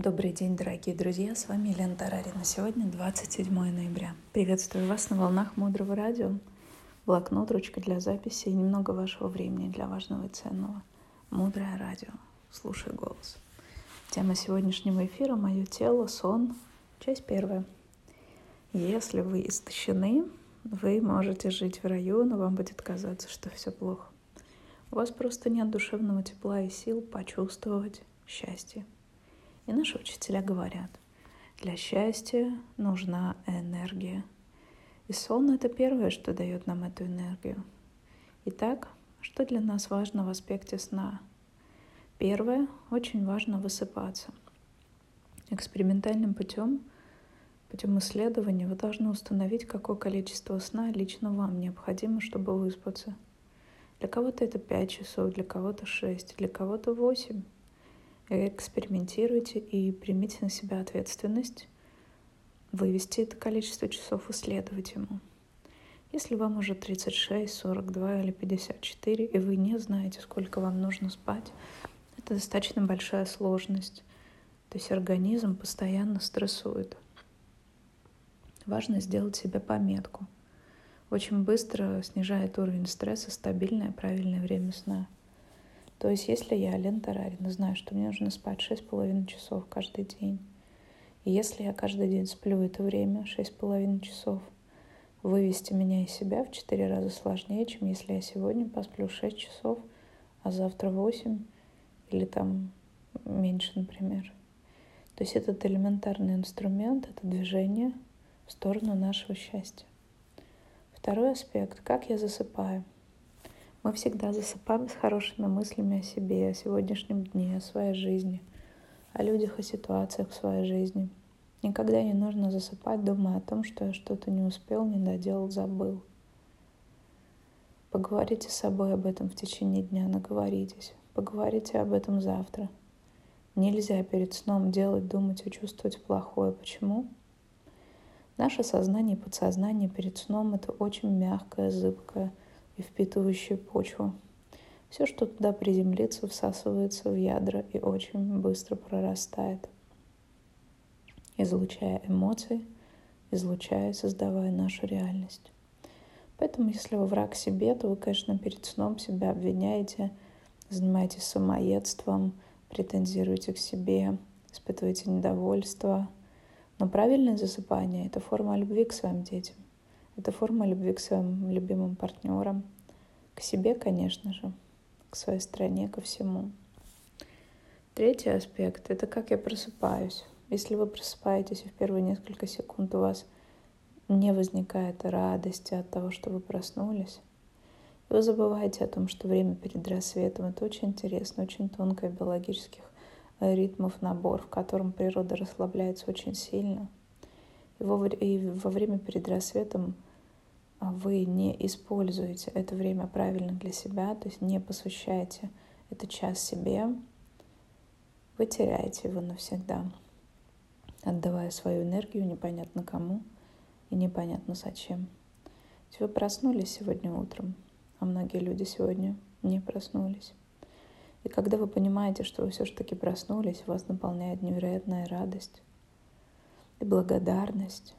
Добрый день, дорогие друзья, с вами Елена Тарарина. Сегодня 27 ноября. Приветствую вас на волнах Мудрого Радио. Блокнот, ручка для записи и немного вашего времени для важного и ценного. Мудрое Радио. Слушай голос. Тема сегодняшнего эфира — мое тело, сон. Часть первая. Если вы истощены, вы можете жить в раю, но вам будет казаться, что все плохо. У вас просто нет душевного тепла и сил почувствовать счастье. И наши учителя говорят, для счастья нужна энергия. И сон — это первое, что дает нам эту энергию. Итак, что для нас важно в аспекте сна? Первое, очень важно высыпаться. Экспериментальным путем исследования вы должны установить, какое количество сна лично вам необходимо, чтобы выспаться. Для кого-то это 5 часов, для кого-то 6, для кого-то 8. Экспериментируйте и примите на себя ответственность вывести это количество часов, исследовать ему. Если вам уже 36, 42 или 54, и вы не знаете, сколько вам нужно спать, это достаточно большая сложность. То есть организм постоянно стрессует. Важно сделать себе пометку. Очень быстро снижает уровень стресса стабильное, правильное время сна. То есть, если я, Лена Тарарина, знаю, что мне нужно спать 6,5 часов каждый день, и если я каждый день сплю это время, 6,5 часов, вывести меня из себя в 4 раза сложнее, чем если я сегодня посплю 6 часов, а завтра 8 или там меньше, например. То есть этот элементарный инструмент, это движение в сторону нашего счастья. Второй аспект — как я засыпаю. Мы всегда засыпаем с хорошими мыслями о себе, о сегодняшнем дне, о своей жизни, о людях, о ситуациях в своей жизни. Никогда не нужно засыпать, думая о том, что я что-то не успел, не доделал, забыл. Поговорите с собой об этом в течение дня, наговоритесь. Поговорите об этом завтра. Нельзя перед сном делать, думать и чувствовать плохое. Почему? Наше сознание и подсознание перед сном — это очень мягкое, зыбкое и впитывающее почву. Все, что туда приземлится, всасывается в ядра и очень быстро прорастает, излучая эмоции, излучая, создавая нашу реальность. Поэтому, если вы враг себе, то вы, конечно, перед сном себя обвиняете, занимаетесь самоедством, претензируете к себе, испытываете недовольство. Но правильное засыпание — это форма любви к своим детям. Это форма любви к своим любимым партнерам, к себе, конечно же, к своей стране, ко всему. Третий аспект — это как я просыпаюсь. Если вы просыпаетесь и в первые несколько секунд у вас не возникает радости от того, что вы проснулись, вы забываете о том, что время перед рассветом — это очень интересно, очень тонкое биологических ритмов набор, в котором природа расслабляется очень сильно. И во время перед рассветом вы не используете это время правильно для себя, то есть не посвящаете этот час себе, вы теряете его навсегда, отдавая свою энергию непонятно кому и непонятно зачем. Ведь вы проснулись сегодня утром, а многие люди сегодня не проснулись. И когда вы понимаете, что вы все-таки проснулись, вас наполняет невероятная радость и благодарность.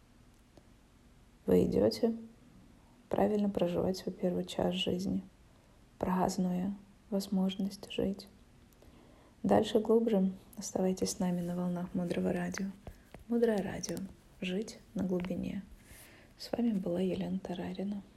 Вы идете правильно проживать свой первый час жизни, празднуя возможность жить. Дальше глубже оставайтесь с нами на волнах Мудрого Радио. Мудрое Радио. Жить на глубине. С вами была Елена Тарарина.